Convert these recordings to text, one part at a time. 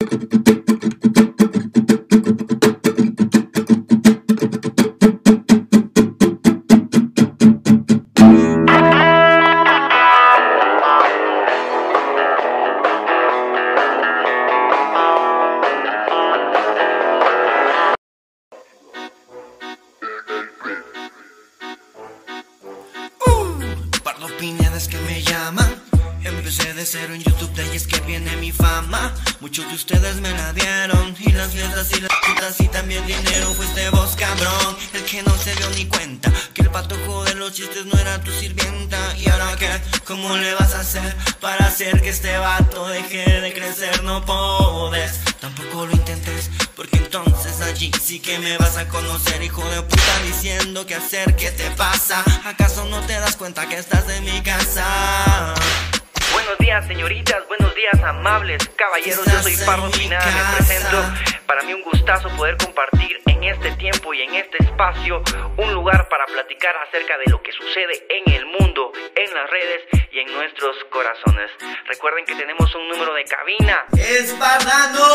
Opiniones que me llaman. Empecé de cero en YouTube, de ahí es que viene mi fama. Muchos de ustedes me la dieron, y las fiestas y las putas y también dinero. Fuiste vos, cabrón, el que no se dio ni cuenta que el patojo de los chistes no era tu sirvienta. Y ahora qué, ¿cómo le vas a hacer para hacer que este vato deje de crecer? No podés, tampoco lo intentes, porque entonces allí sí que me vas a conocer, hijo de puta, diciendo qué hacer, qué te pasa. ¿Acaso no te das cuenta que estás en mi casa? Buenos días, señoritas, buenos días, amables caballeros. Yo soy Pardo Pineda, me presento. Para mí un gustazo poder compartir en este tiempo y en este espacio un lugar para platicar acerca de lo que sucede en el mundo, en las redes y en nuestros corazones. Recuerden que tenemos un número de cabina. ¡Espartanos!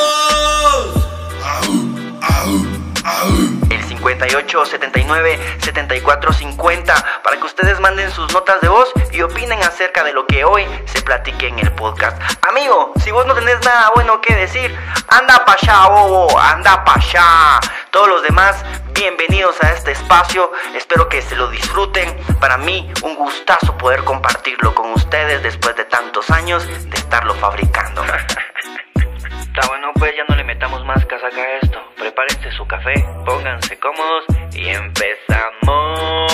El 58 79 74 50, para que ustedes manden sus notas de voz y opinen acerca de lo que hoy se platique en el podcast. Amigo, si vos no tenés nada bueno que decir, anda pa' allá, bobo, anda pa' allá. Todos los demás, bienvenidos a este espacio. Espero que se lo disfruten. Para mí, un gustazo poder compartirlo con ustedes después de tantos años de estarlo fabricando. Está bueno, pues ya no le metamos más casaca a esto. Prepárense su café, pónganse cómodos y empezamos.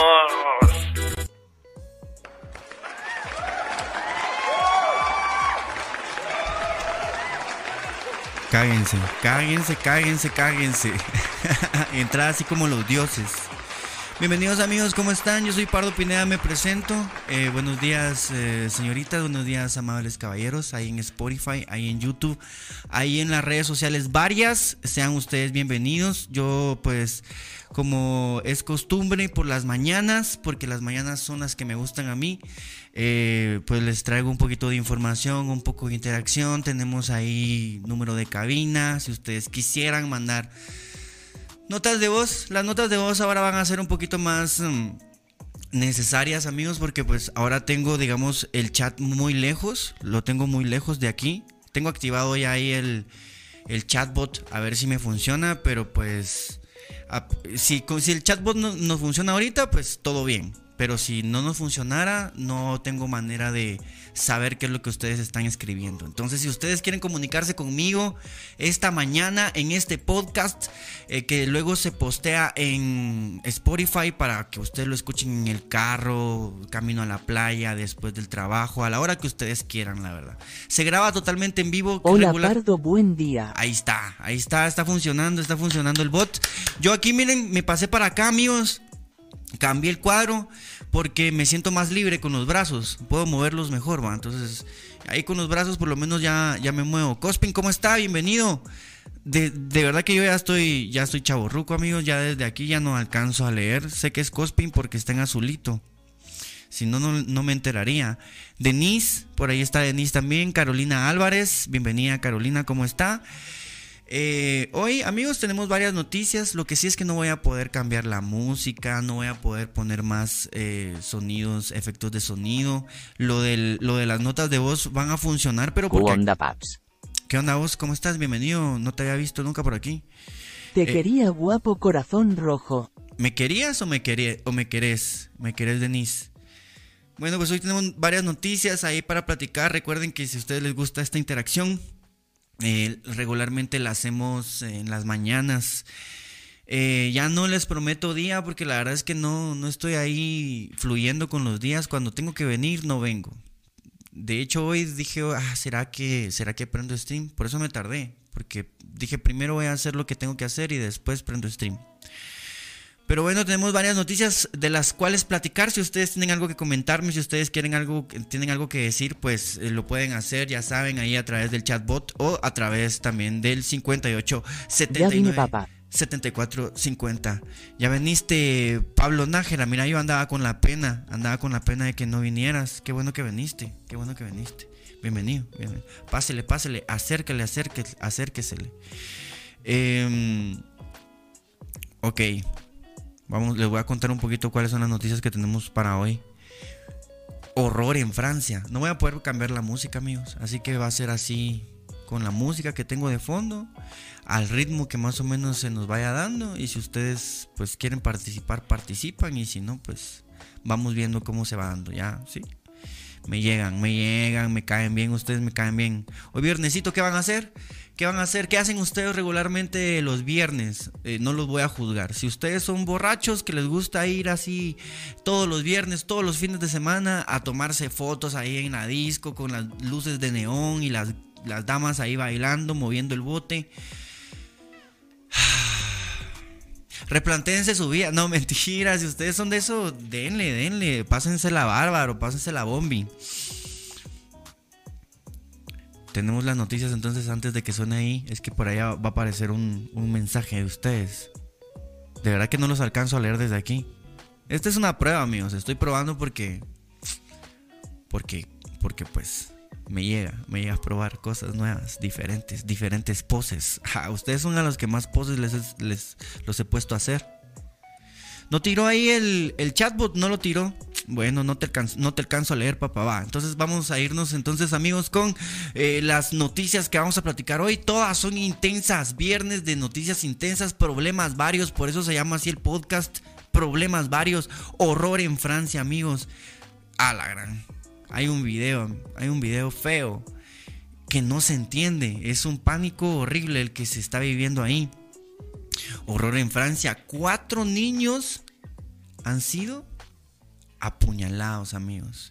Cáguense. Entrada así como los dioses. Bienvenidos amigos, ¿cómo están? Yo soy Pardo Pineda, me presento. Buenos días señoritas, buenos días amables caballeros. Ahí en Spotify, ahí en YouTube, ahí en las redes sociales varias. Sean ustedes bienvenidos. Yo pues, como es costumbre, por las mañanas, porque las mañanas son las que me gustan a mí, pues les traigo un poquito de información, un poco de interacción. Tenemos ahí número de cabina, si ustedes quisieran mandar notas de voz. Las notas de voz ahora van a ser un poquito más necesarias, amigos, porque pues ahora tengo, digamos, el chat muy lejos. Lo tengo muy lejos de aquí. Tengo activado ya ahí el chatbot, a ver si me funciona. Pero pues si el chatbot no funciona ahorita, pues todo bien. Pero si no nos funcionara, no tengo manera de saber qué es lo que ustedes están escribiendo. Entonces, si ustedes quieren comunicarse conmigo esta mañana en este podcast, que luego se postea en Spotify para que ustedes lo escuchen en el carro, camino a la playa, después del trabajo, a la hora que ustedes quieran, la verdad. Se graba totalmente en vivo. Hola Pardo, buen día. Ahí está funcionando el bot. Yo aquí, miren, me pasé para acá, amigos. Cambié el cuadro porque me siento más libre con los brazos. Puedo moverlos mejor, ¿va? Entonces, ahí con los brazos por lo menos ya me muevo. Cospin, ¿cómo está? Bienvenido. De verdad que yo ya estoy chavorruco, amigos. Ya desde aquí ya no alcanzo a leer. Sé que es Cospin porque está en azulito. Si no, no me enteraría. Denise, por ahí está Denise también. Carolina Álvarez, bienvenida Carolina, ¿cómo está? Hoy, amigos, tenemos varias noticias. Lo que sí es que no voy a poder cambiar la música, no voy a poder poner más sonidos, efectos de sonido. Lo de las notas de voz van a funcionar, pero porque... ¿Qué onda, paps? ¿Qué onda vos? ¿Cómo estás? Bienvenido, no te había visto nunca por aquí. Te quería, guapo corazón rojo. ¿Me querías o me querés? ¿Me querés, Denise? Bueno, pues hoy tenemos varias noticias ahí para platicar. Recuerden que si a ustedes les gusta esta interacción, regularmente la hacemos en las mañanas. Ya no les prometo día porque la verdad es que no estoy ahí fluyendo con los días. Cuando tengo que venir no vengo. De hecho hoy dije, ¿será que prendo stream? Por eso me tardé, porque dije primero voy a hacer lo que tengo que hacer y después prendo stream. Pero bueno, tenemos varias noticias de las cuales platicar. Si ustedes tienen algo que comentarme, si ustedes tienen algo que decir, pues lo pueden hacer, ya saben, ahí a través del chatbot o a través también del 58 79 74 50. Ya veniste, Pablo Nájera. Mira, yo andaba con la pena de que no vinieras. Qué bueno que viniste. bienvenido. Pásele, acérquesele. Ok, les voy a contar un poquito cuáles son las noticias que tenemos para hoy. Horror en Francia. No voy a poder cambiar la música, amigos, así que va a ser así, con la música que tengo de fondo, al ritmo que más o menos se nos vaya dando. Y si ustedes pues quieren participar, participan, y si no, pues vamos viendo cómo se va dando, ya, ¿sí? Me llegan, me caen bien, ustedes me caen bien. Hoy viernesito, ¿qué van a hacer? ¿Qué hacen ustedes regularmente los viernes? No los voy a juzgar. Si ustedes son borrachos que les gusta ir así todos los viernes, todos los fines de semana, a tomarse fotos ahí en la disco con las luces de neón y las damas ahí bailando, moviendo el bote, replantéense su vida. No, mentira, si ustedes son de eso, denle, pásensela bárbaro, pásensela bombi. Tenemos las noticias entonces. Antes de que suene ahí, es que por allá va a aparecer un mensaje de ustedes. De verdad que no los alcanzo a leer desde aquí. Esta es una prueba, amigos, estoy probando porque pues me llega a probar cosas nuevas, diferentes poses. Ustedes son a los que más poses los he puesto a hacer. ¿No tiró ahí el chatbot? ¿No lo tiró? Bueno, no te alcanzo a leer, papá. Va, entonces vamos a irnos entonces, amigos, con las noticias que vamos a platicar hoy. Todas son intensas, viernes de noticias intensas, problemas varios, por eso se llama así el podcast, problemas varios, horror en Francia, amigos. A la gran. Hay un video feo que no se entiende. Es un pánico horrible el que se está viviendo ahí. Horror en Francia. 4 niños han sido apuñalados, amigos.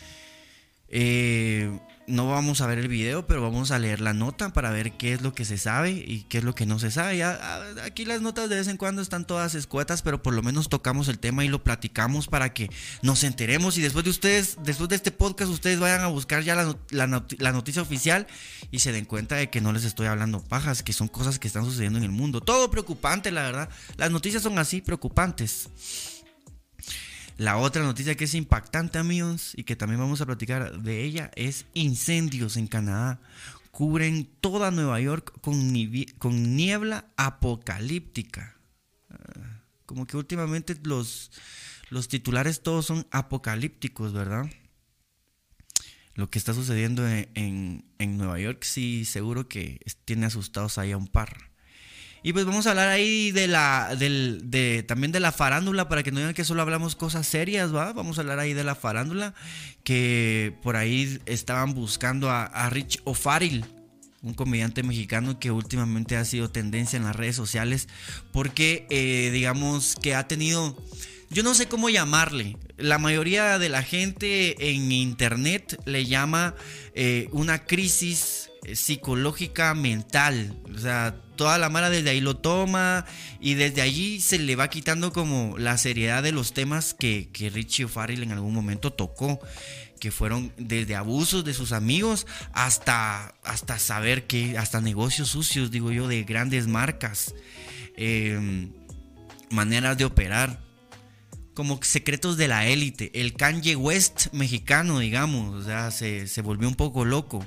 No vamos a ver el video, pero vamos a leer la nota para ver qué es lo que se sabe y qué es lo que no se sabe. Ya, aquí las notas de vez en cuando están todas escuetas, pero por lo menos tocamos el tema y lo platicamos para que nos enteremos. Y después de este podcast, ustedes vayan a buscar ya la noticia oficial y se den cuenta de que no les estoy hablando pajas, que son cosas que están sucediendo en el mundo. Todo preocupante, la verdad. Las noticias son así, preocupantes. La otra noticia que es impactante, amigos, y que también vamos a platicar de ella, es incendios en Canadá. Cubren toda Nueva York con niebla apocalíptica. Como que últimamente los titulares todos son apocalípticos, ¿verdad? Lo que está sucediendo en Nueva York, sí, seguro que tiene asustados ahí a un par. Y pues vamos a hablar ahí también de la farándula, para que no digan que solo hablamos cosas serias, ¿va? Vamos a hablar ahí de la farándula, que por ahí estaban buscando a Rich O'Farrill, un comediante mexicano que últimamente ha sido tendencia en las redes sociales, porque digamos que ha tenido, yo no sé cómo llamarle, la mayoría de la gente en internet le llama una crisis psicológica mental. O sea, toda la mara desde ahí lo toma y desde allí se le va quitando como la seriedad de los temas que Richie O'Farrill en algún momento tocó, que fueron desde abusos de sus amigos hasta saber que hasta negocios sucios, digo yo, de grandes marcas, maneras de operar, como secretos de la élite. El Kanye West mexicano, digamos, o sea, se volvió un poco loco.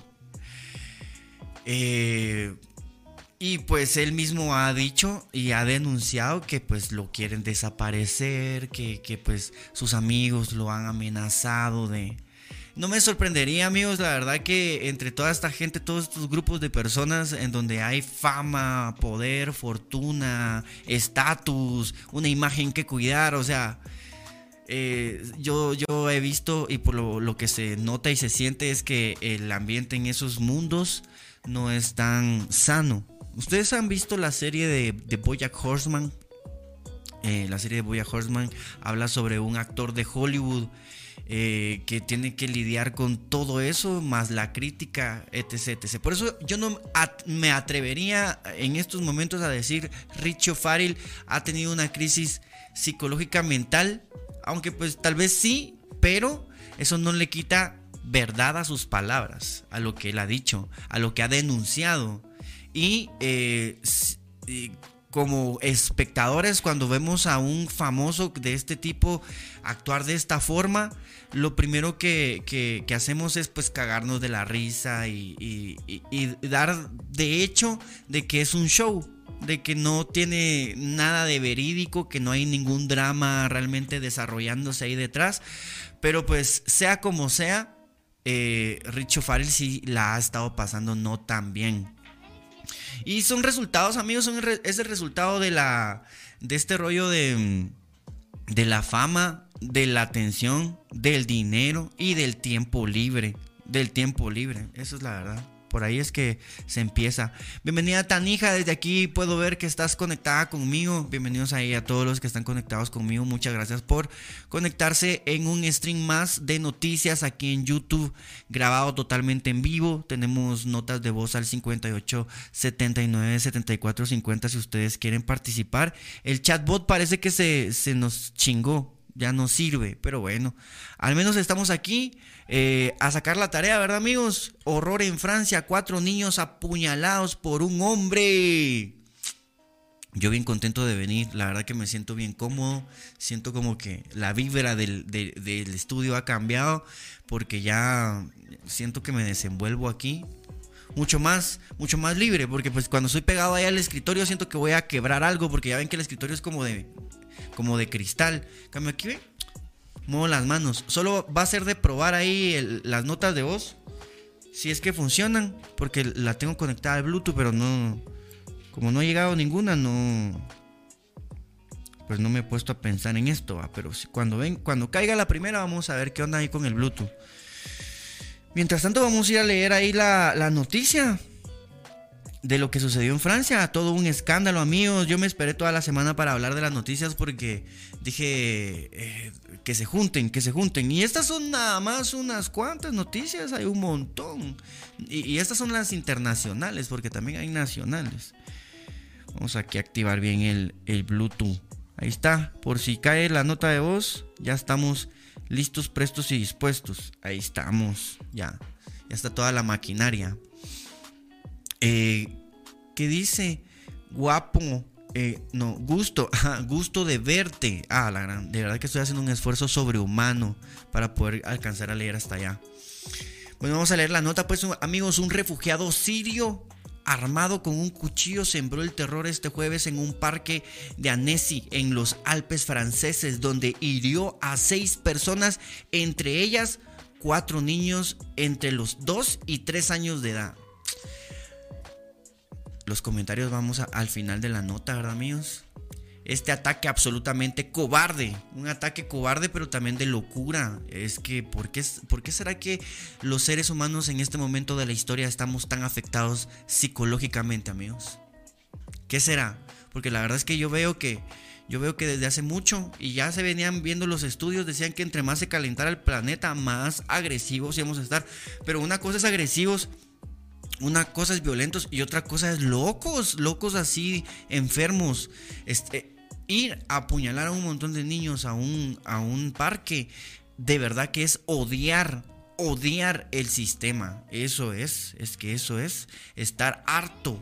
Y pues él mismo ha dicho y ha denunciado que pues lo quieren desaparecer, que pues sus amigos lo han amenazado de... No me sorprendería, amigos, la verdad, que entre toda esta gente, todos estos grupos de personas en donde hay fama, poder, fortuna, estatus, una imagen que cuidar, o sea... yo he visto, y por lo que se nota y se siente, es que el ambiente en esos mundos no es tan sano. ¿Ustedes han visto la serie de BoJack Horseman? La serie de BoJack Horseman habla sobre un actor de Hollywood que tiene que lidiar con todo eso, más la crítica, etc, etc. Por eso yo no me atrevería en estos momentos a decir Richie O'Farrill ha tenido una crisis psicológica mental, aunque pues tal vez sí, pero eso no le quita verdad a sus palabras, a lo que él ha dicho, a lo que ha denunciado. Y como espectadores, cuando vemos a un famoso de este tipo actuar de esta forma, lo primero que hacemos es pues cagarnos de la risa y dar de hecho de que es un show, de que no tiene nada de verídico, que no hay ningún drama realmente desarrollándose ahí detrás. Pero pues sea como sea, Rich O'Farrell sí la ha estado pasando no tan bien. Y son resultados, amigos, es el resultado de este rollo de la fama, de la atención, del dinero y del tiempo libre. Eso es la verdad. Por ahí es que se empieza. Bienvenida Tanija, desde aquí puedo ver que estás conectada conmigo. Bienvenidos ahí a todos los que están conectados conmigo. Muchas gracias por conectarse en un stream más de noticias aquí en YouTube, grabado totalmente en vivo. Tenemos notas de voz al 58 79 74 50 si ustedes quieren participar. El chatbot parece que se nos chingó. Ya no sirve, pero bueno, al menos estamos aquí a sacar la tarea, ¿verdad, amigos? Horror en Francia, 4 niños apuñalados por un hombre. Yo bien contento de venir, la verdad que me siento bien cómodo. Siento como que la vibra del estudio ha cambiado, porque ya siento que me desenvuelvo aquí mucho más libre, porque pues cuando estoy pegado ahí al escritorio siento que voy a quebrar algo, porque ya ven que el escritorio es como de cristal. Cambio aquí, ¿ve? Muevo las manos. Solo va a ser de probar ahí las notas de voz, si es que funcionan, porque la tengo conectada al Bluetooth, pero no, como no ha llegado ninguna, pues no me he puesto a pensar en esto, ¿va? Pero cuando caiga la primera vamos a ver qué onda ahí con el Bluetooth. Mientras tanto vamos a ir a leer ahí la noticia de lo que sucedió en Francia. Todo un escándalo, amigos. Yo me esperé toda la semana para hablar de las noticias, porque dije que se junten. Y estas son nada más unas cuantas noticias, hay un montón. Y estas son las internacionales, porque también hay nacionales. Vamos aquí a activar bien el Bluetooth. Ahí está, por si cae la nota de voz, ya estamos listos, prestos y dispuestos. Ahí estamos, ya está toda la maquinaria. ¿Qué dice? Guapo, gusto de verte. De verdad que estoy haciendo un esfuerzo sobrehumano para poder alcanzar a leer hasta allá. Bueno, vamos a leer la nota, pues, amigos. Un refugiado sirio armado con un cuchillo sembró el terror este jueves en un parque de Annecy, en los Alpes franceses, donde hirió a 6 personas, entre ellas 4 niños entre los 2 y 3 años de edad. Los comentarios vamos al final de la nota, ¿verdad, amigos? Este ataque absolutamente cobarde, un ataque cobarde, pero también de locura. Es que ¿por qué será que los seres humanos en este momento de la historia estamos tan afectados psicológicamente, amigos? ¿Qué será? Porque la verdad es que yo veo que desde hace mucho, y ya se venían viendo los estudios, decían que entre más se calentara el planeta, más agresivos íbamos a estar. Pero una cosa es agresivos, una cosa es violentos y otra cosa es locos así, enfermos. Ir a apuñalar a un montón de niños a un parque, de verdad que es odiar el sistema. Eso es estar harto.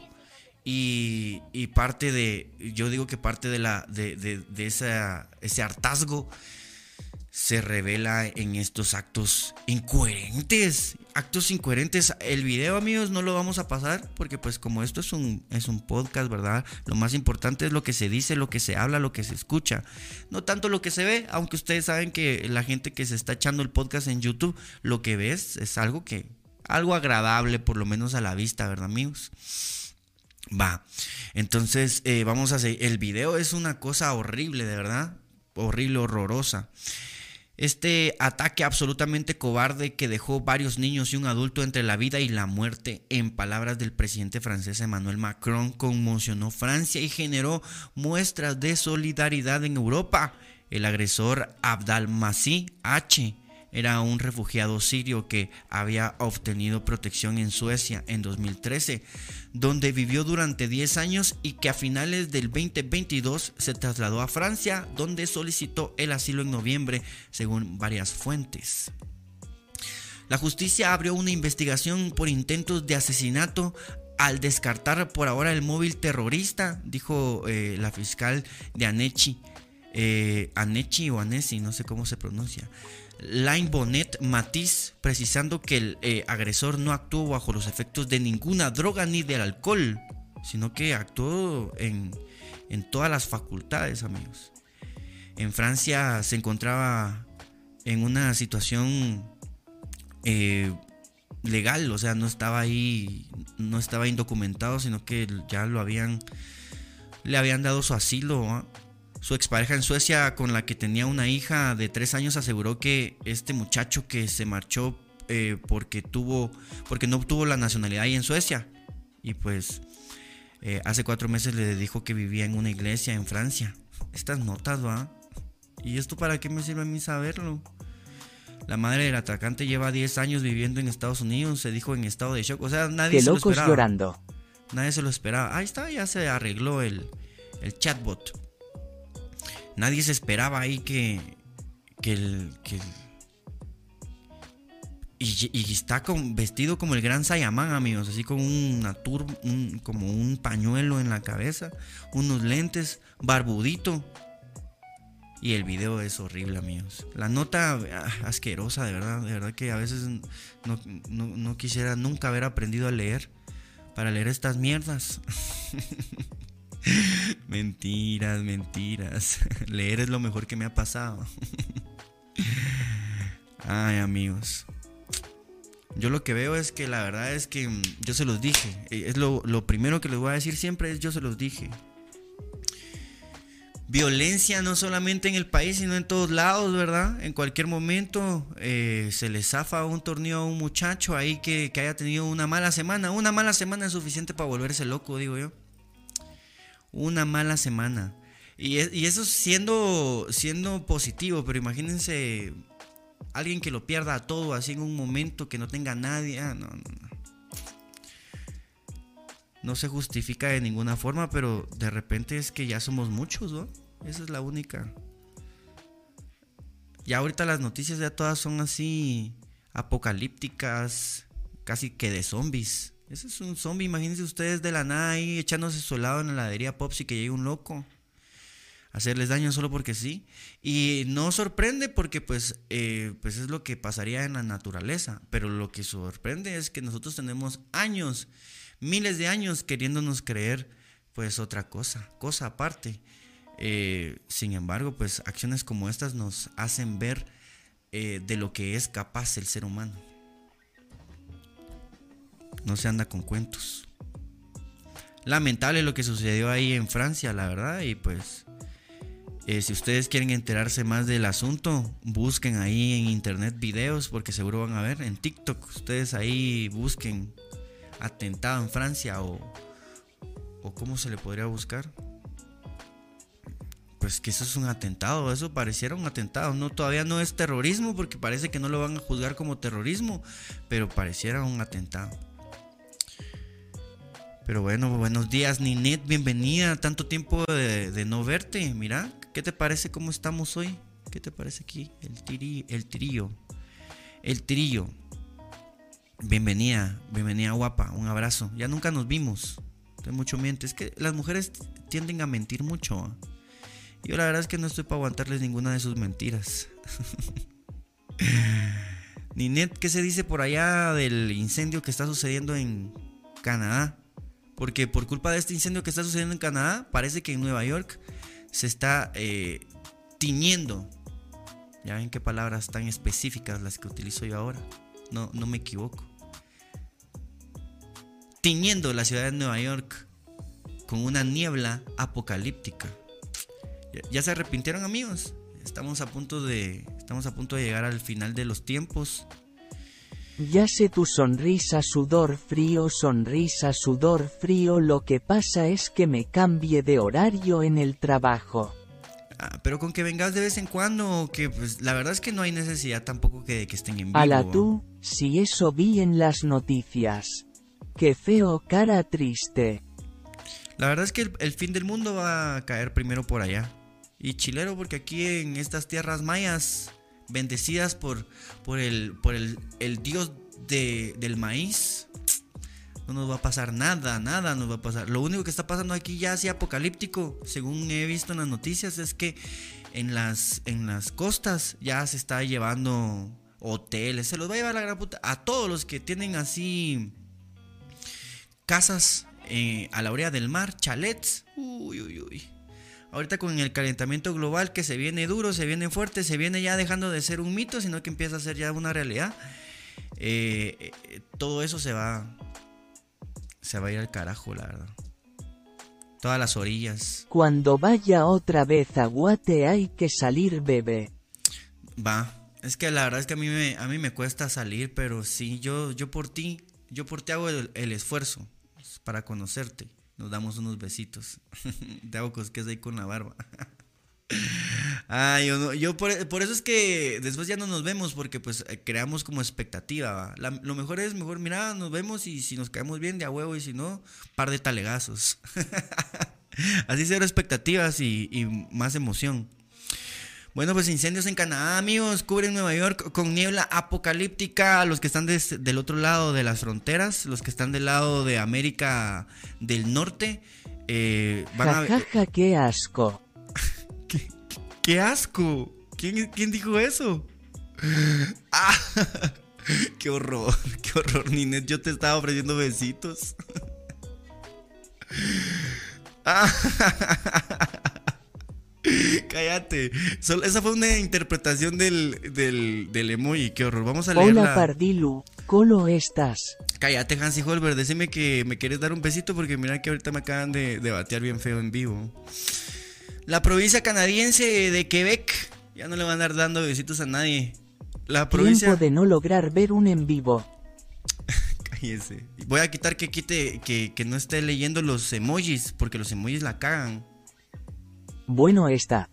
Y parte de, yo digo que parte de ese hartazgo se revela en estos actos incoherentes. El video, amigos, no lo vamos a pasar, porque pues como esto es un podcast, ¿verdad? Lo más importante es lo que se dice, lo que se habla, lo que se escucha, no tanto lo que se ve. Aunque ustedes saben que la gente que se está echando el podcast en YouTube, lo que ves es algo agradable, por lo menos a la vista, ¿verdad, amigos? Va, entonces vamos a seguir. El video es una cosa horrible, de verdad, horrible, horrorosa. Este ataque absolutamente cobarde que dejó varios niños y un adulto entre la vida y la muerte, en palabras del presidente francés Emmanuel Macron, conmocionó Francia y generó muestras de solidaridad en Europa. El agresor Abdalmasih H. era un refugiado sirio que había obtenido protección en Suecia en 2013, donde vivió durante 10 años y que a finales del 2022 se trasladó a Francia, donde solicitó el asilo en noviembre, según varias fuentes. La justicia abrió una investigación por intentos de asesinato al descartar por ahora el móvil terrorista, dijo la fiscal de Anechi o Annecy, no sé cómo se pronuncia, Laine Bonet Matiz, precisando que el agresor no actuó bajo los efectos de ninguna droga ni del alcohol, sino que actuó en todas las facultades, amigos. En Francia se encontraba en una situación legal, o sea, no estaba indocumentado, sino que ya le habían dado su asilo, ¿eh? Su expareja en Suecia, con la que tenía una hija de 3 años, aseguró que este muchacho que se marchó porque no obtuvo la nacionalidad ahí en Suecia, y pues hace 4 meses le dijo que vivía en una iglesia en Francia. Estas notas, ¿va? ¿Y esto para qué me sirve a mí saberlo? La madre del atacante lleva 10 años viviendo en Estados Unidos, se dijo en estado de shock. O sea, nadie se lo esperaba. Qué locos llorando. Nadie se lo esperaba. Ahí está, ya se arregló el chatbot. Nadie se esperaba ahí que y está vestido como el gran Saiyaman, amigos, así con como un pañuelo en la cabeza, unos lentes, barbudito. Y el video es horrible, amigos. La nota asquerosa, de verdad que a veces no quisiera nunca haber aprendido a leer para leer estas mierdas. Mentiras. Leer es lo mejor que me ha pasado. Ay, amigos. Yo lo que veo es que la verdad es que yo se los dije. Es lo primero que les voy a decir siempre es: yo se los dije. Violencia no solamente en el país, sino en todos lados, ¿verdad? En cualquier momento se le zafa un torneo a un muchacho ahí que haya tenido una mala semana. Una mala semana es suficiente para volverse loco, digo yo. Una mala semana. Y eso siendo positivo, pero imagínense alguien que lo pierda todo así en un momento, que no tenga nadie. No. No se justifica de ninguna forma, pero de repente es que ya somos muchos, ¿no? Esa es la única. Ya ahorita las noticias ya todas son así apocalípticas, casi que de zombies. Ese es un zombie, imagínense ustedes de la nada ahí echándose su helado en la heladería Popsi, que llegue un loco a hacerles daño solo porque sí. Y no sorprende porque pues es lo que pasaría en la naturaleza. Pero lo que sorprende es que nosotros tenemos años, miles de años queriéndonos creer pues otra cosa aparte. Sin embargo, pues acciones como estas nos hacen ver de lo que es capaz el ser humano. No se anda con cuentos. Lamentable lo que sucedió ahí en Francia, la verdad. Y pues si ustedes quieren enterarse más del asunto, busquen ahí en internet videos, porque seguro van a ver en TikTok. Ustedes ahí busquen atentado en Francia o ¿cómo se le podría buscar? Pues que eso es un atentado, eso pareciera un atentado. No, todavía no es terrorismo porque parece que no lo van a juzgar como terrorismo, pero pareciera un atentado. Pero bueno, buenos días, Ninette, bienvenida. Tanto tiempo de no verte. Mira, ¿qué te parece cómo estamos hoy? ¿Qué te parece aquí? El trillo. Bienvenida guapa, un abrazo. Ya nunca nos vimos. De mucho miente. Es que las mujeres tienden a mentir mucho. Yo la verdad es que no estoy para aguantarles ninguna de sus mentiras. Ninette, ¿qué se dice por allá del incendio que está sucediendo en Canadá? Porque por culpa de este incendio que está sucediendo en Canadá, parece que en Nueva York se está tiñendo. Ya ven qué palabras tan específicas las que utilizo yo ahora. No me equivoco. Tiñendo la ciudad de Nueva York con una niebla apocalíptica. ¿Ya se arrepintieron, amigos? Estamos a punto de llegar al final de los tiempos. Ya sé tu sonrisa, sudor frío, lo que pasa es que me cambié de horario en el trabajo. Pero con que vengas de vez en cuando, que pues la verdad es que no hay necesidad tampoco que estén en vivo. Ala tú, si eso vi en las noticias. Qué feo, cara triste. La verdad es que el fin del mundo va a caer primero por allá. Y chilero, porque aquí en estas tierras mayas, bendecidas por el dios del maíz, No nos va a pasar nada nos va a pasar. Lo único que está pasando aquí ya así apocalíptico, según he visto en las noticias, es que en las costas ya se está llevando hoteles, se los va a llevar la gran puta a todos los que tienen así casas a la orilla del mar, chalets. Uy. Ahorita con el calentamiento global que se viene duro, se viene fuerte, se viene ya dejando de ser un mito, sino que empieza a ser ya una realidad. Todo eso se va a ir al carajo, la verdad. Todas las orillas. Cuando vaya otra vez a Guate hay que salir, bebé. Va, es que la verdad es que a mí me cuesta salir, pero sí, yo por ti hago el esfuerzo para conocerte. Nos damos unos besitos. Te hago cosquillas ahí con la barba. Yo por eso es que después ya no nos vemos, porque pues creamos como expectativa, ¿va? Lo mejor es, mira, nos vemos y si nos caemos bien de a huevo y si no, par de talegazos. Así cero expectativas y más emoción. Bueno, pues incendios en Canadá, amigos, cubren Nueva York con niebla apocalíptica. Los que están del otro lado de las fronteras, los que están del lado de América del Norte, van a ver... Jajaja, qué asco. ¡Qué asco! ¿Quién dijo eso? ¡Ah! ¡Qué horror! Ninet, yo te estaba ofreciendo besitos. Cállate. Esa fue una interpretación del emoji. ¡Qué horror! Vamos a leerla. Hola, Pardilu, ¿cómo estás? Cállate, Hansi Holber, decime que me quieres dar un besito porque mira que ahorita me acaban de batear bien feo en vivo. La provincia canadiense de Quebec, ya no le van a andar dando besitos a nadie. La provincia... Tiempo de no lograr ver un en vivo. Cállese. Voy a quitar que no esté leyendo los emojis, porque los emojis la cagan. Bueno está.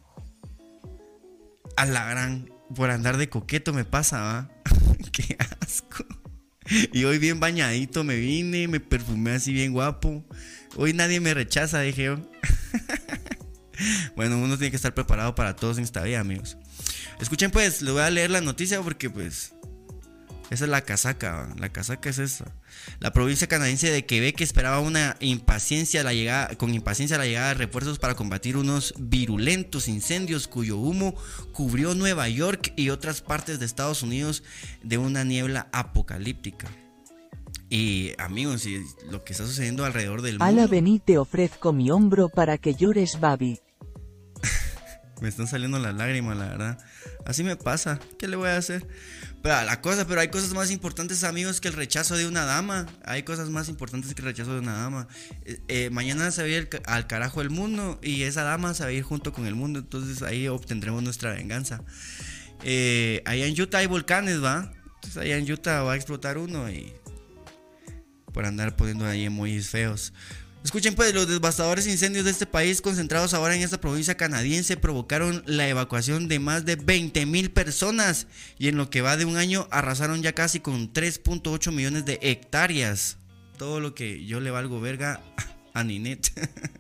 A la gran... Por andar de coqueto me pasa, ¿va? Qué asco. Y hoy bien bañadito me vine, me perfumé así bien guapo. Hoy nadie me rechaza, dije yo. Bueno, uno tiene que estar preparado para todos en esta vida, amigos. Escuchen pues, les voy a leer la noticia porque pues esa es la casaca, ¿va? La casaca es esa. La provincia canadiense de Quebec esperaba con impaciencia la llegada de refuerzos para combatir unos virulentos incendios cuyo humo cubrió Nueva York y otras partes de Estados Unidos de una niebla apocalíptica. Y amigos, y lo que está sucediendo alrededor del mundo... Ala, vení, te ofrezco mi hombro para que llores, baby. Me están saliendo las lágrimas, la verdad. Así me pasa, ¿qué le voy a hacer? Pero hay cosas más importantes, amigos, que el rechazo de una dama. Hay cosas más importantes que el rechazo de una dama. Mañana se va a ir al carajo el mundo y esa dama se va a ir junto con el mundo. Entonces ahí obtendremos nuestra venganza. Allá en Utah hay volcanes, ¿va? Entonces allá en Utah va a explotar uno y... por andar poniendo ahí emojis feos. Escuchen pues, los devastadores incendios de este país concentrados ahora en esta provincia canadiense provocaron la evacuación de más de 20,000 personas y en lo que va de un año arrasaron ya casi con 3.8 millones de hectáreas. Todo lo que yo le valgo verga a Ninet.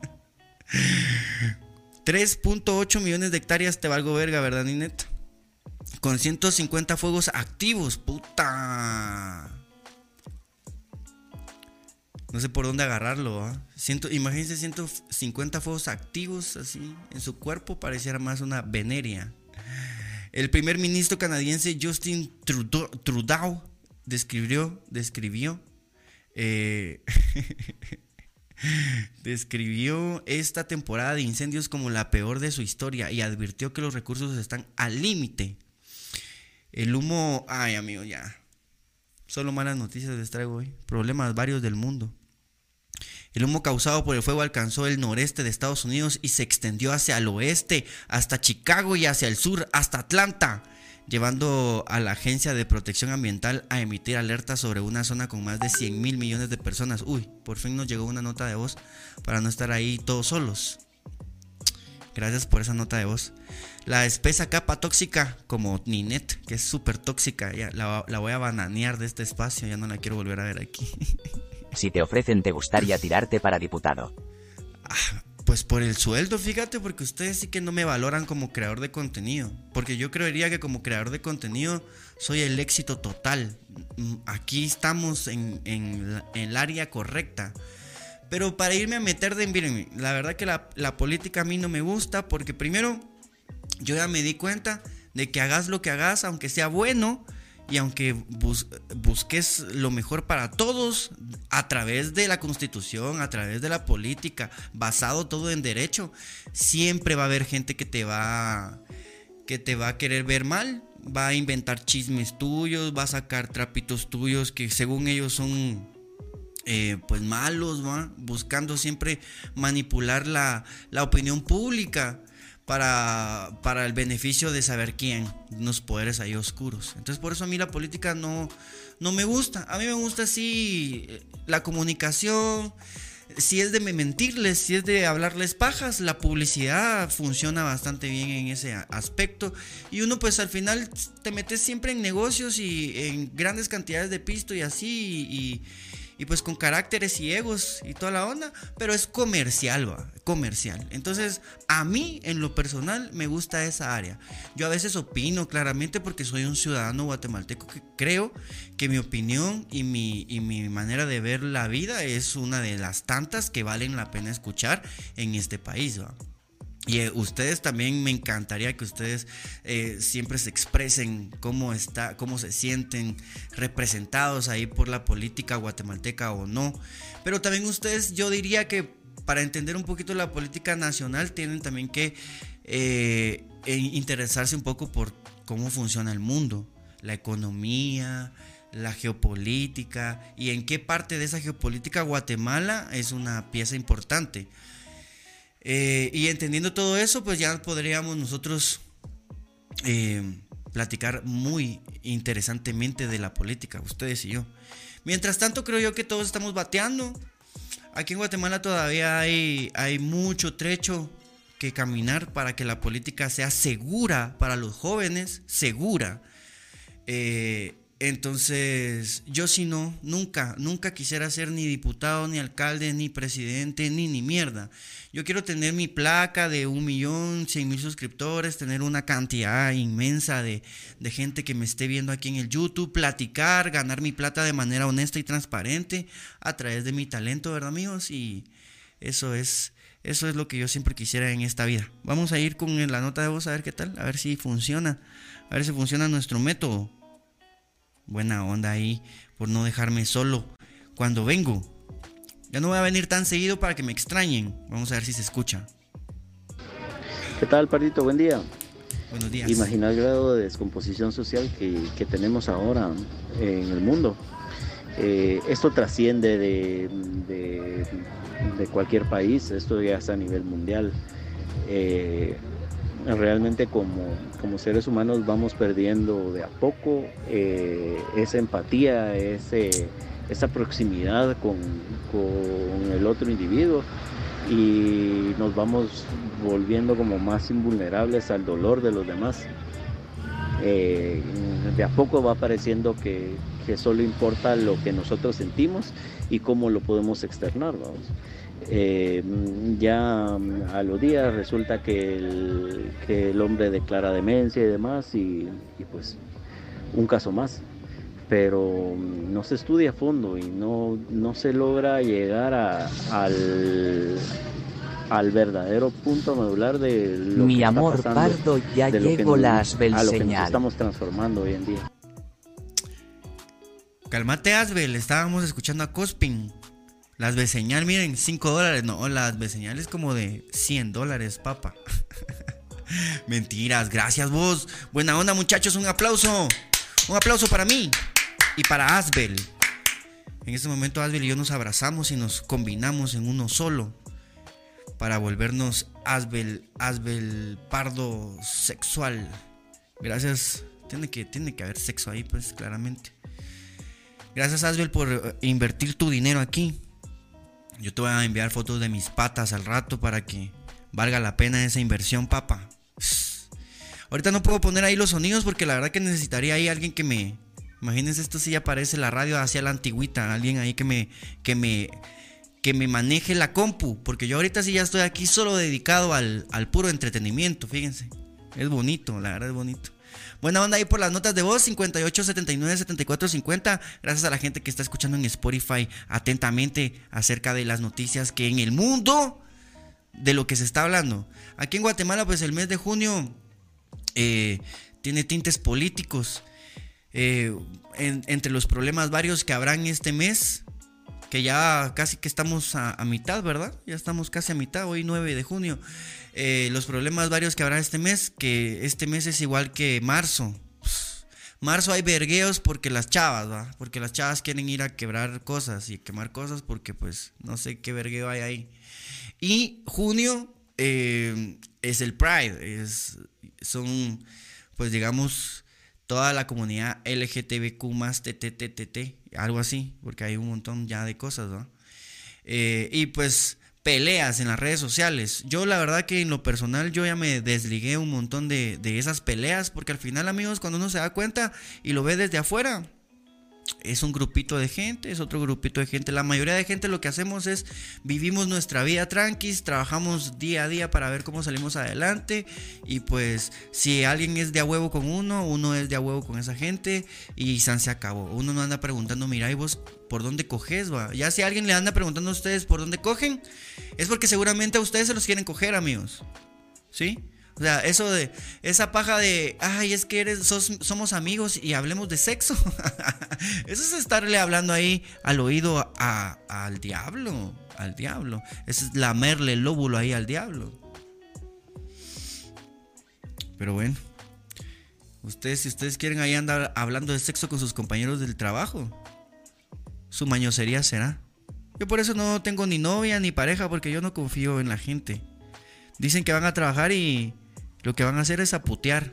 3.8 millones de hectáreas te valgo verga, ¿verdad, Ninet? Con 150 fuegos activos, puta. No sé por dónde agarrarlo, ¿eh? Imagínense 150 fuegos activos así en su cuerpo, pareciera más una veneria. El primer ministro canadiense Justin Trudeau describió esta temporada de incendios como la peor de su historia y advirtió que los recursos están al límite. El humo, ay amigo, ya. Solo malas noticias les traigo hoy. Problemas varios del mundo. El humo causado por el fuego alcanzó el noreste de Estados Unidos y se extendió hacia el oeste, hasta Chicago y hacia el sur, hasta Atlanta, llevando a la Agencia de Protección Ambiental a emitir alertas sobre una zona con más de 100,000 millones de personas. Uy, por fin nos llegó una nota de voz para no estar ahí todos solos. Gracias por esa nota de voz. La espesa capa tóxica, como Ninet, que es súper tóxica, ya la voy a bananear de este espacio, ya no la quiero volver a ver aquí. Si te ofrecen, ¿te gustaría tirarte para diputado? Pues por el sueldo, fíjate, porque ustedes sí que no me valoran como creador de contenido. Porque yo creería que como creador de contenido soy el éxito total. Aquí estamos en el área correcta. Pero para irme a meter miren, la verdad que la política a mí no me gusta, porque primero yo ya me di cuenta de que hagas lo que hagas, aunque sea bueno y aunque busques lo mejor para todos a través de la Constitución, a través de la política, basado todo en derecho, siempre va a haber gente que te va a querer ver mal, va a inventar chismes tuyos, va a sacar trapitos tuyos que según ellos son pues malos, ¿va? Buscando siempre manipular la opinión pública para el beneficio de saber quién, unos poderes ahí oscuros. Entonces por eso a mí la política no me gusta. A mí me gusta sí la comunicación, si es de mentirles, si es de hablarles pajas, la publicidad funciona bastante bien en ese aspecto. Y uno pues al final te metes siempre en negocios y en grandes cantidades de pisto y así y pues con caracteres y egos y toda la onda, pero es comercial, comercial. Entonces a mí en lo personal me gusta esa área. Yo a veces opino claramente porque soy un ciudadano guatemalteco que creo que mi opinión y mi manera de ver la vida es una de las tantas que valen la pena escuchar en este país, ¿va? Y ustedes también, me encantaría que ustedes siempre se expresen cómo se sienten representados ahí por la política guatemalteca o no. Pero también ustedes, yo diría que para entender un poquito la política nacional tienen también que interesarse un poco por cómo funciona el mundo, la economía, la geopolítica y en qué parte de esa geopolítica Guatemala es una pieza importante. Y entendiendo todo eso, pues ya podríamos nosotros platicar muy interesantemente de la política, ustedes y yo. Mientras tanto, creo yo que todos estamos bateando. Aquí en Guatemala todavía hay mucho trecho que caminar para que la política sea segura para los jóvenes, segura. Entonces, yo si no, nunca quisiera ser ni diputado, ni alcalde, ni presidente, ni mierda. Yo quiero tener mi placa de 1.100.000 suscriptores, tener una cantidad inmensa de gente que me esté viendo aquí en el YouTube, platicar, ganar mi plata de manera honesta y transparente a través de mi talento, ¿verdad, amigos? Y eso es lo que yo siempre quisiera en esta vida. Vamos a ir con la nota de voz a ver qué tal, a ver si funciona nuestro método. Buena onda ahí por no dejarme solo cuando vengo. Ya no voy a venir tan seguido para que me extrañen. Vamos a ver si se escucha. ¿Qué tal, Pardito? Buen día. Buenos días. Imagina el grado de descomposición social que tenemos ahora en el mundo. Esto trasciende de cualquier país. Esto ya está a nivel mundial. Realmente como seres humanos vamos perdiendo de a poco esa empatía, esa proximidad con el otro individuo y nos vamos volviendo como más invulnerables al dolor de los demás. De a poco va pareciendo que solo importa lo que nosotros sentimos y cómo lo podemos externar, vamos. Ya a los días resulta que el hombre declara demencia y demás y pues un caso más, pero no se estudia a fondo y no se logra llegar al verdadero punto medular de lo Mi que amor está pasando, Pardo, ya llegó la Asbel a lo que nos señal. estamos transformando hoy en día. Calmate, Asbel, estábamos escuchando a Cospin. La Asbel señal, miren, $5. No, la Asbel señal es como de $100, papa. Mentiras, gracias vos. Buena onda, muchachos, un aplauso. Un aplauso para mí y para Asbel. En este momento Asbel y yo nos abrazamos y nos combinamos en uno solo para volvernos Asbel Pardo sexual. Gracias. Tiene que haber sexo ahí, pues, claramente. Gracias, Asbel, por invertir tu dinero aquí. Yo te voy a enviar fotos de mis patas al rato para que valga la pena esa inversión, papa. Ahorita no puedo poner ahí los sonidos porque la verdad que necesitaría ahí alguien que me... Imagínense, esto sí ya parece la radio hacia la antigüita. Alguien ahí que que me maneje la compu, porque yo ahorita sí ya estoy aquí solo dedicado al puro entretenimiento, fíjense. Es bonito, la verdad es bonito. Buena onda ahí por las notas de voz, 58 79 74 50. Gracias a la gente que está escuchando en Spotify atentamente acerca de las noticias que en el mundo, de lo que se está hablando. Aquí en Guatemala, pues el mes de junio tiene tintes políticos. Entre los problemas varios que habrán este mes, que ya casi que estamos a mitad, ¿verdad? Ya estamos casi a mitad, hoy 9 de junio. Los problemas varios que habrá este mes, que este mes es igual que marzo. Marzo hay vergueos porque las chavas, ¿va? Porque las chavas quieren ir a quebrar cosas y quemar cosas porque pues no sé qué vergueo hay ahí. Y junio es el Pride, son pues digamos toda la comunidad LGTBQ más TTTT, algo así, porque hay un montón ya de cosas, ¿no? Y pues peleas en las redes sociales. Yo la verdad que en lo personal yo ya me desligué un montón de esas peleas, porque al final, amigos, cuando uno se da cuenta y lo ve desde afuera, es un grupito de gente, es otro grupito de gente. La mayoría de gente lo que hacemos es vivimos nuestra vida tranquis, trabajamos día a día para ver cómo salimos adelante. Y pues si alguien es de a huevo con uno es de a huevo con esa gente. Y se acabó. Uno no anda preguntando, mira, ¿y vos por dónde coges, va? Ya si alguien le anda preguntando a ustedes por dónde cogen, es porque seguramente a ustedes se los quieren coger, amigos. ¿Sí? O sea, eso de, esa paja de, ay, es que somos amigos y hablemos de sexo. Eso es estarle hablando ahí al oído al diablo. Al diablo. Eso es lamerle el lóbulo ahí al diablo. Pero bueno, si ustedes quieren ahí andar hablando de sexo con sus compañeros del trabajo, su mañosería será. Yo por eso no tengo ni novia ni pareja, porque yo no confío en la gente. Dicen que van a trabajar y lo que van a hacer es a putear.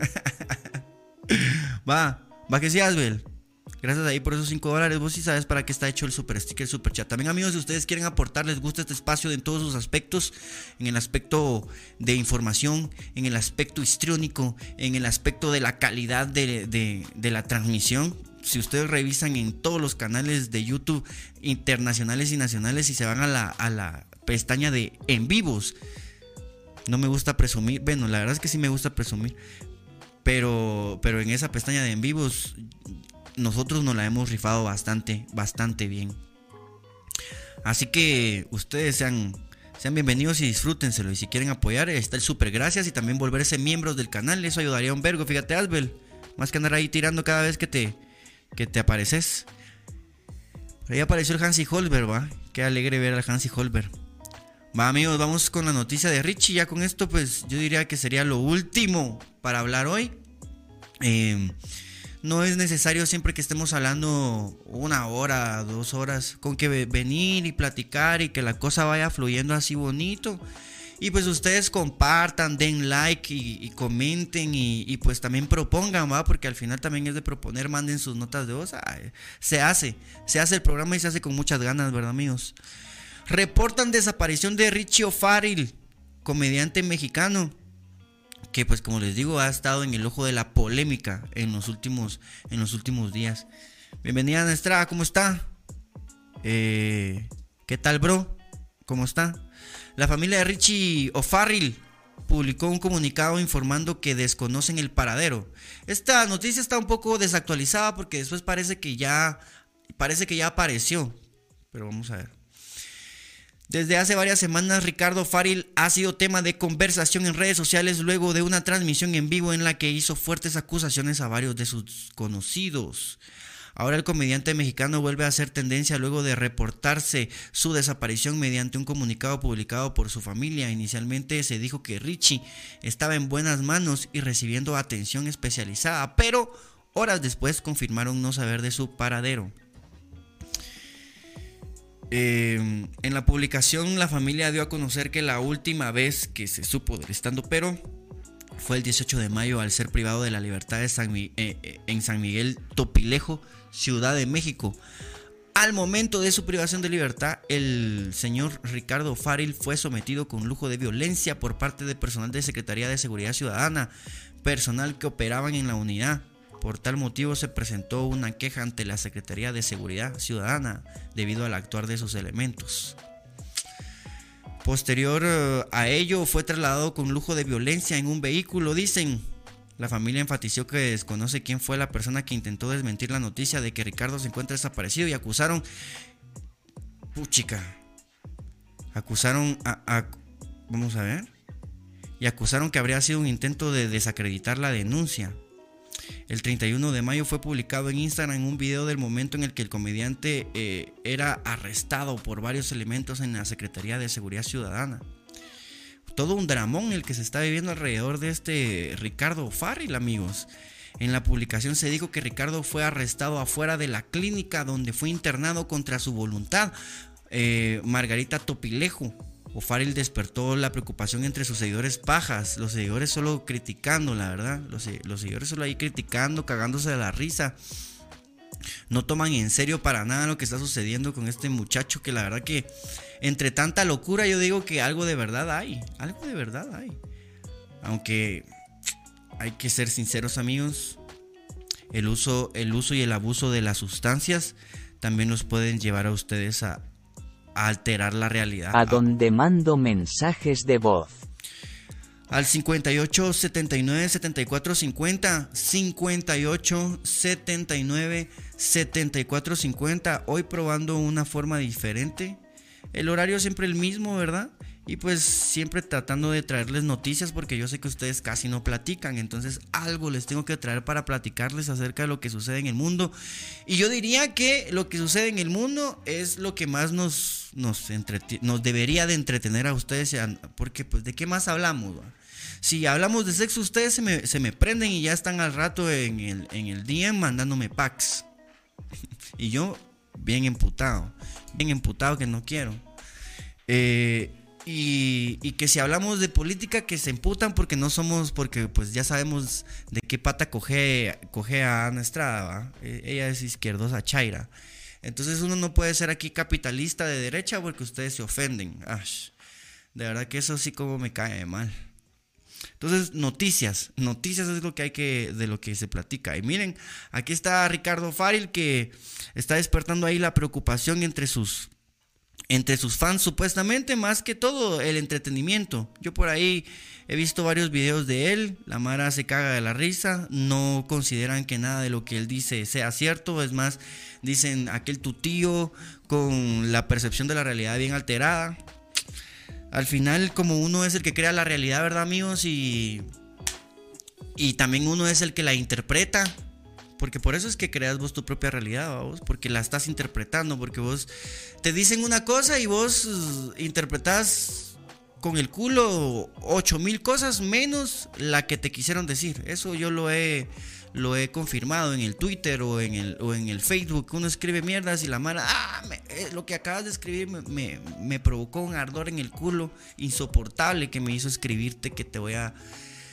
Va que sí, Asbel. Gracias ahí por esos $5. Vos sí sabes para qué está hecho el super sticker, el super chat. También, amigos, si ustedes quieren aportar, les gusta este espacio en todos sus aspectos, en el aspecto de información, en el aspecto histriónico, en el aspecto de la calidad de la transmisión. Si ustedes revisan en todos los canales de YouTube internacionales y nacionales y se van a la pestaña de en vivos, no me gusta presumir, bueno, la verdad es que sí me gusta presumir, pero en esa pestaña de en vivos nosotros nos la hemos rifado bastante bien. Así que ustedes sean bienvenidos y disfrútenselo. Y si quieren apoyar, está el super gracias y también volverse miembros del canal, eso ayudaría un vergo. Fíjate, Asbel, más que andar ahí tirando cada vez que te apareces. Por ahí apareció el Hansi Holber, va. Qué alegre ver al Hansi Holber. Va, amigos, vamos con la noticia de Richie. Ya con esto, pues yo diría que sería lo último para hablar hoy. No es necesario siempre que estemos hablando 1 hora, 2 horas, con que venir y platicar y que la cosa vaya fluyendo así bonito. Y pues ustedes compartan, den like y comenten y pues también propongan, ¿va? Porque al final también es de proponer, manden sus notas de voz. Se hace el programa y se hace con muchas ganas, ¿verdad, amigos? Reportan desaparición de Richie O'Farrill, comediante mexicano, que pues como les digo ha estado en el ojo de la polémica en los últimos días. Bienvenida, Ana Estrada, ¿cómo está? ¿Qué tal, bro? ¿Cómo está? La familia de Richie O'Farrill publicó un comunicado informando que desconocen el paradero. Esta noticia está un poco desactualizada porque después parece que ya apareció, pero vamos a ver. Desde hace varias semanas, Ricardo O'Farrill ha sido tema de conversación en redes sociales luego de una transmisión en vivo en la que hizo fuertes acusaciones a varios de sus conocidos. Ahora el comediante mexicano vuelve a hacer tendencia luego de reportarse su desaparición mediante un comunicado publicado por su familia. Inicialmente se dijo que Richie estaba en buenas manos y recibiendo atención especializada, pero horas después confirmaron no saber de su paradero. En la publicación, la familia dio a conocer que la última vez que se supo del estandopero fue el 18 de mayo al ser privado de la libertad en San Miguel Topilejo, Ciudad de México. Al momento de su privación de libertad, el señor Ricardo O'Farrill fue sometido con lujo de violencia por parte de personal de Secretaría de Seguridad Ciudadana, personal que operaban en la unidad. Por tal motivo se presentó una queja ante la Secretaría de Seguridad Ciudadana debido al actuar de sus elementos. Posterior a ello fue trasladado con lujo de violencia en un vehículo, dicen. La familia enfatizó que desconoce quién fue la persona que intentó desmentir la noticia de que Ricardo se encuentra desaparecido y acusaron... Vamos a ver. Y acusaron que habría sido un intento de desacreditar la denuncia. El 31 de mayo fue publicado en Instagram un video del momento en el que el comediante era arrestado por varios elementos en la Secretaría de Seguridad Ciudadana. Todo un dramón el que se está viviendo alrededor de este Ricardo Farril, amigos. En la publicación se dijo que Ricardo fue arrestado afuera de la clínica donde fue internado contra su voluntad. Margarita Topilejo Farril despertó la preocupación entre sus seguidores pajas. Los seguidores solo criticando, la verdad. Los seguidores solo ahí criticando, cagándose de la risa. No toman en serio para nada lo que está sucediendo con este muchacho, que la verdad que entre tanta locura yo digo que algo de verdad hay. Algo de verdad hay. Aunque hay que ser sinceros, amigos. El uso y el abuso de las sustancias también los pueden llevar a ustedes a alterar la realidad. A donde mando mensajes de voz. Al 58 79 74 50. 58 79 74 50. Hoy probando una forma diferente. El horario siempre el mismo, ¿verdad? Y pues siempre tratando de traerles noticias, porque yo sé que ustedes casi no platican. Entonces algo les tengo que traer para platicarles acerca de lo que sucede en el mundo. Y yo diría que lo que sucede en el mundo es lo que más nos debería de entretener a ustedes. Porque pues ¿de qué más hablamos, ¿va? Si hablamos de sexo, ustedes se me prenden y ya están al rato en el DM mandándome packs. Y yo bien emputado que no quiero. Y que si hablamos de política, que se emputan porque pues ya sabemos de qué pata coge a Ana Estrada, ¿va? Ella es izquierdosa chaira. Entonces uno no puede ser aquí capitalista de derecha porque ustedes se ofenden. De verdad que eso sí como me cae de mal. Entonces noticias es lo que de lo que se platica. Y miren, aquí está Ricardo Farril, que está despertando ahí la preocupación entre sus fans, supuestamente, más que todo el entretenimiento. Yo por ahí he visto varios videos de él. La mara se caga de la risa. No consideran que nada de lo que él dice sea cierto. Es más, dicen aquel tu tío con la percepción de la realidad bien alterada. Al final, como uno es el que crea la realidad, ¿verdad, amigos? Y también uno es el que la interpreta. Porque por eso es que creas vos tu propia realidad, vos, porque la estás interpretando, porque vos te dicen una cosa y vos interpretás con el culo 8000 cosas menos la que te quisieron decir. Eso yo lo he confirmado en el Twitter o en el Facebook. Uno escribe mierdas y la mara, lo que acabas de escribir me provocó un ardor en el culo insoportable que me hizo escribirte que te voy a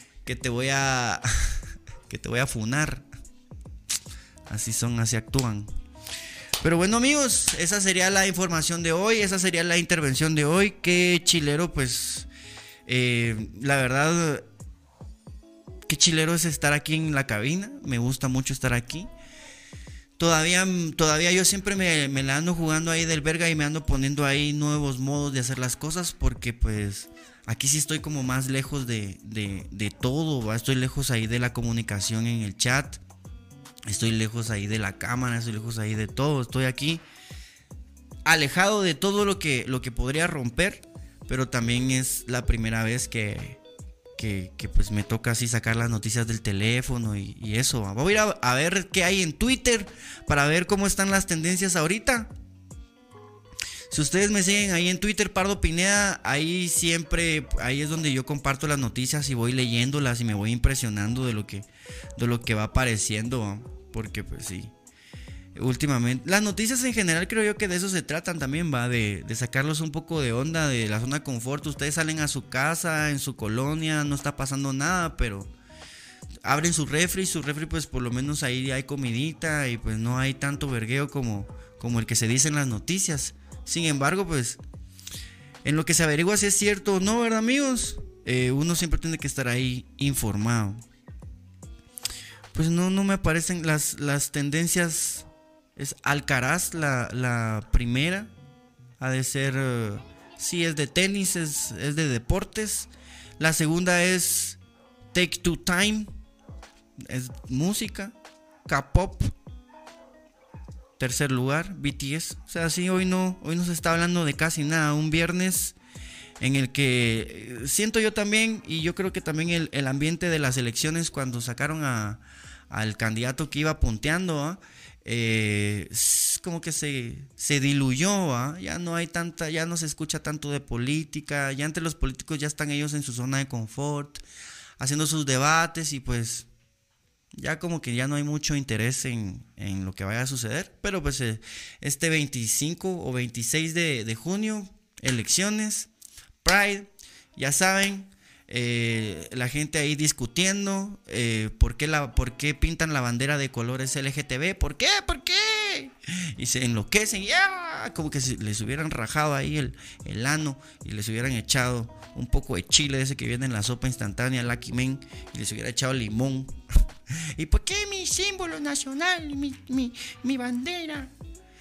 funar. Así actúan. Pero bueno, amigos, esa sería la información de hoy. Esa sería la intervención de hoy. Qué chilero, pues, la verdad, qué chilero es estar aquí en la cabina. Me gusta mucho estar aquí. Todavía yo siempre me la ando jugando ahí del verga y me ando poniendo ahí nuevos modos de hacer las cosas, porque pues aquí sí estoy como más lejos de todo, ¿va? Estoy lejos ahí de la comunicación en el chat. Estoy lejos ahí de la cámara, estoy lejos ahí de todo. Estoy aquí alejado de todo lo que podría romper. Pero también es la primera vez que pues me toca así sacar las noticias del teléfono y eso. Voy a ir a ver qué hay en Twitter para ver cómo están las tendencias ahorita. Si ustedes me siguen ahí en Twitter, Pardo Pineda, ahí es donde yo comparto las noticias y voy leyéndolas y me voy impresionando de lo que va apareciendo, porque pues sí, últimamente las noticias en general creo yo que de eso se tratan también, va, de sacarlos un poco de onda, de la zona de confort. Ustedes salen a su casa, en su colonia, no está pasando nada, pero abren su refri pues por lo menos ahí hay comidita y pues no hay tanto vergueo como el que se dice en las noticias. Sin embargo, pues en lo que se averigua si es cierto o no, ¿verdad, amigos? Uno siempre tiene que estar ahí informado. pues no me aparecen las tendencias. Es Alcaraz la primera. Ha de ser, sí, es de tenis, es de deportes. La segunda es Take Two Time, es música. K-pop. Tercer lugar, BTS. O sea, sí, hoy no se está hablando de casi nada. Un viernes en el que siento yo también, y yo creo que también el ambiente de las elecciones, cuando sacaron al candidato que iba punteando, como que se diluyó, ya no hay tanta, ya no se escucha tanto de política, ya entre los políticos ya están ellos en su zona de confort, haciendo sus debates, y pues ya como que ya no hay mucho interés en lo que vaya a suceder. Pero pues este 25 o 26 de junio, elecciones, Pride, ya saben, la gente ahí discutiendo por qué pintan la bandera de colores LGTB, ¿por qué? Y se enloquecen, como que si les hubieran rajado ahí el ano y les hubieran echado un poco de chile de ese que viene en la sopa instantánea Lucky Men, y les hubiera echado limón. ¿Y por qué mi símbolo nacional, mi bandera?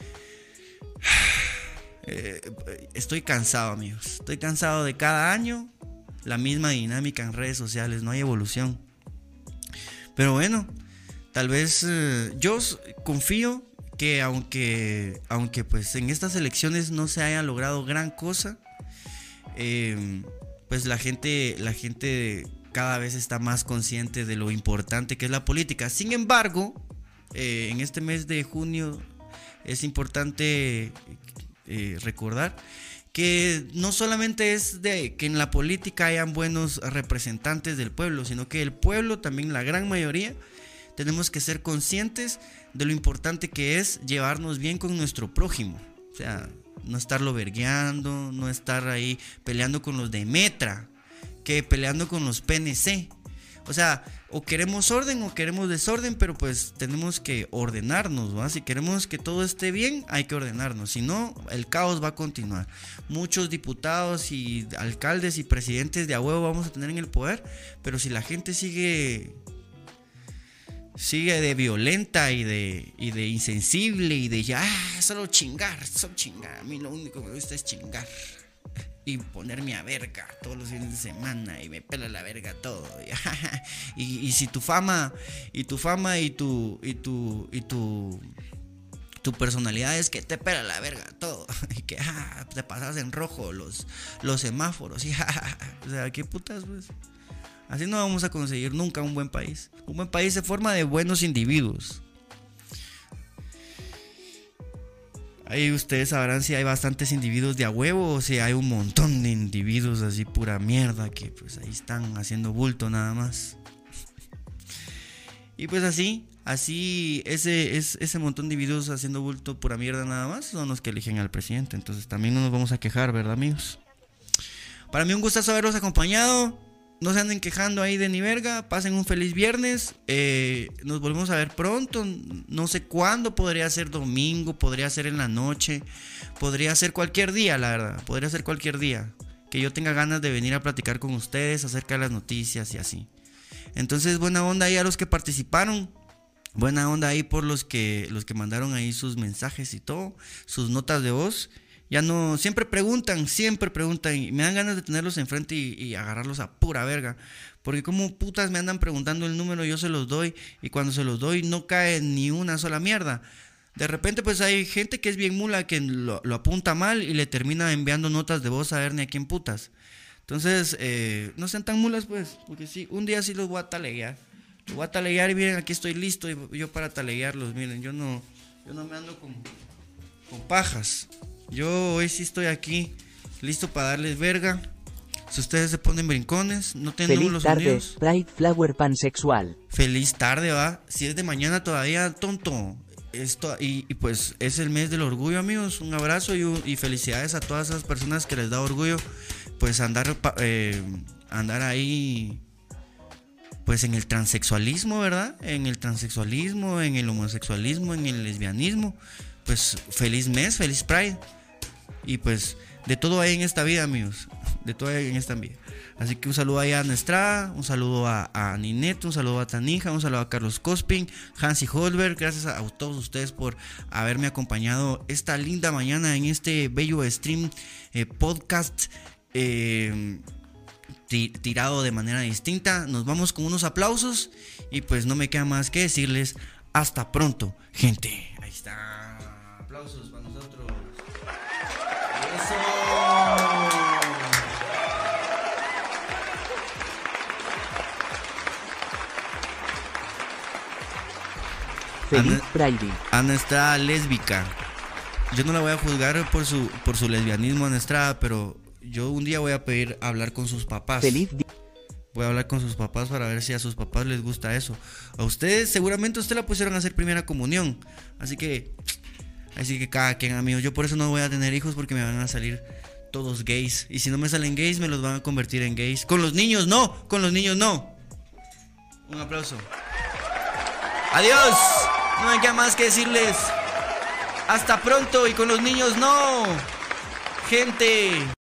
Estoy cansado, amigos. Estoy cansado de cada año la misma dinámica en redes sociales. No hay evolución. Pero bueno, tal vez yo confío que aunque pues en estas elecciones no se haya logrado gran cosa, pues la gente cada vez está más consciente de lo importante que es la política. Sin embargo, en este mes de junio es importante recordar que no solamente es de que en la política hayan buenos representantes del pueblo, sino que el pueblo, también la gran mayoría, tenemos que ser conscientes de lo importante que es llevarnos bien con nuestro prójimo. O sea, no estarlo vergueando, no estar ahí peleando con los de Metra, que peleando con los PNC. O sea, o queremos orden o queremos desorden, pero pues tenemos que ordenarnos, ¿va? Si queremos que todo esté bien, hay que ordenarnos, si no, el caos va a continuar. Muchos diputados y alcaldes y presidentes de a huevo vamos a tener en el poder, pero si la gente sigue de violenta y de insensible y de solo chingar, a mí lo único que me gusta es chingar y ponerme a verga todos los fines de semana y me pela la verga todo. Y si tu fama y tu personalidad es que te pela la verga todo y que te pasas en rojo los semáforos o sea, qué putas, pues. Así no vamos a conseguir nunca un buen país. Un buen país se forma de buenos individuos. Ahí ustedes sabrán si hay bastantes individuos de a huevo o si hay un montón de individuos así pura mierda que pues ahí están haciendo bulto nada más. Y pues así ese montón de individuos haciendo bulto pura mierda nada más son los que eligen al presidente. Entonces también no nos vamos a quejar, ¿verdad, amigos? Para mí un gustazo haberlos acompañado. No se anden quejando ahí de ni verga. Pasen un feliz viernes. Nos volvemos a ver pronto. No sé cuándo. Podría ser domingo. Podría ser en la noche. Podría ser cualquier día, la verdad. Podría ser cualquier día que yo tenga ganas de venir a platicar con ustedes acerca de las noticias y así. Entonces, buena onda ahí a los que participaron. Buena onda ahí por los que mandaron ahí sus mensajes y todo. Sus notas de voz. Ya no, siempre preguntan y me dan ganas de tenerlos enfrente y agarrarlos a pura verga. Porque como putas me andan preguntando el número, yo se los doy y cuando se los doy no cae ni una sola mierda. De repente pues hay gente que es bien mula que lo apunta mal y le termina enviando notas de voz a ver ni a quién putas. Entonces, no sean tan mulas pues, porque sí, un día sí los voy a taleguear. Los voy a taleguear y miren, aquí estoy listo yo para taleguearlos, miren, yo no me ando con pajas. Yo hoy sí estoy aquí, listo para darles verga. Si ustedes se ponen brincones, no tienen los sonidos. Feliz tarde, Pride Flower pansexual. Feliz tarde, va. Si es de mañana todavía, tonto. Y pues es el mes del orgullo, amigos. Un abrazo y felicidades a todas esas personas que les da orgullo, pues andar ahí, pues en el transexualismo, ¿verdad? En el transexualismo, en el homosexualismo, en el lesbianismo. Pues feliz mes, feliz Pride. Y pues de todo hay en esta vida, amigos. de todo en esta vida. Así que un saludo ahí a Ana Estrada, un saludo a Ninette, un saludo a Tanija, un saludo a Carlos Cospin, Hansi Holberg. Gracias a todos ustedes por haberme acompañado esta linda mañana en este bello stream podcast tirado de manera distinta. Nos vamos con unos aplausos y pues no me queda más que decirles hasta pronto, gente. Ahí está, aplausos para nosotros. Eso. Feliz Friday. Ana Estrada lésbica. Yo no la voy a juzgar por su lesbianismo, Ana Estrada, pero yo un día voy a pedir hablar con sus papás. Voy a hablar con sus papás para ver si a sus papás les gusta eso. A ustedes, seguramente usted la pusieron a hacer primera comunión. Así que cada quien, amigos. Yo por eso no voy a tener hijos, porque me van a salir todos gays. Y si no me salen gays, me los van a convertir en gays. Con los niños no, con los niños no. Un aplauso. Adiós. No me queda más que decirles hasta pronto, y con los niños no. Gente.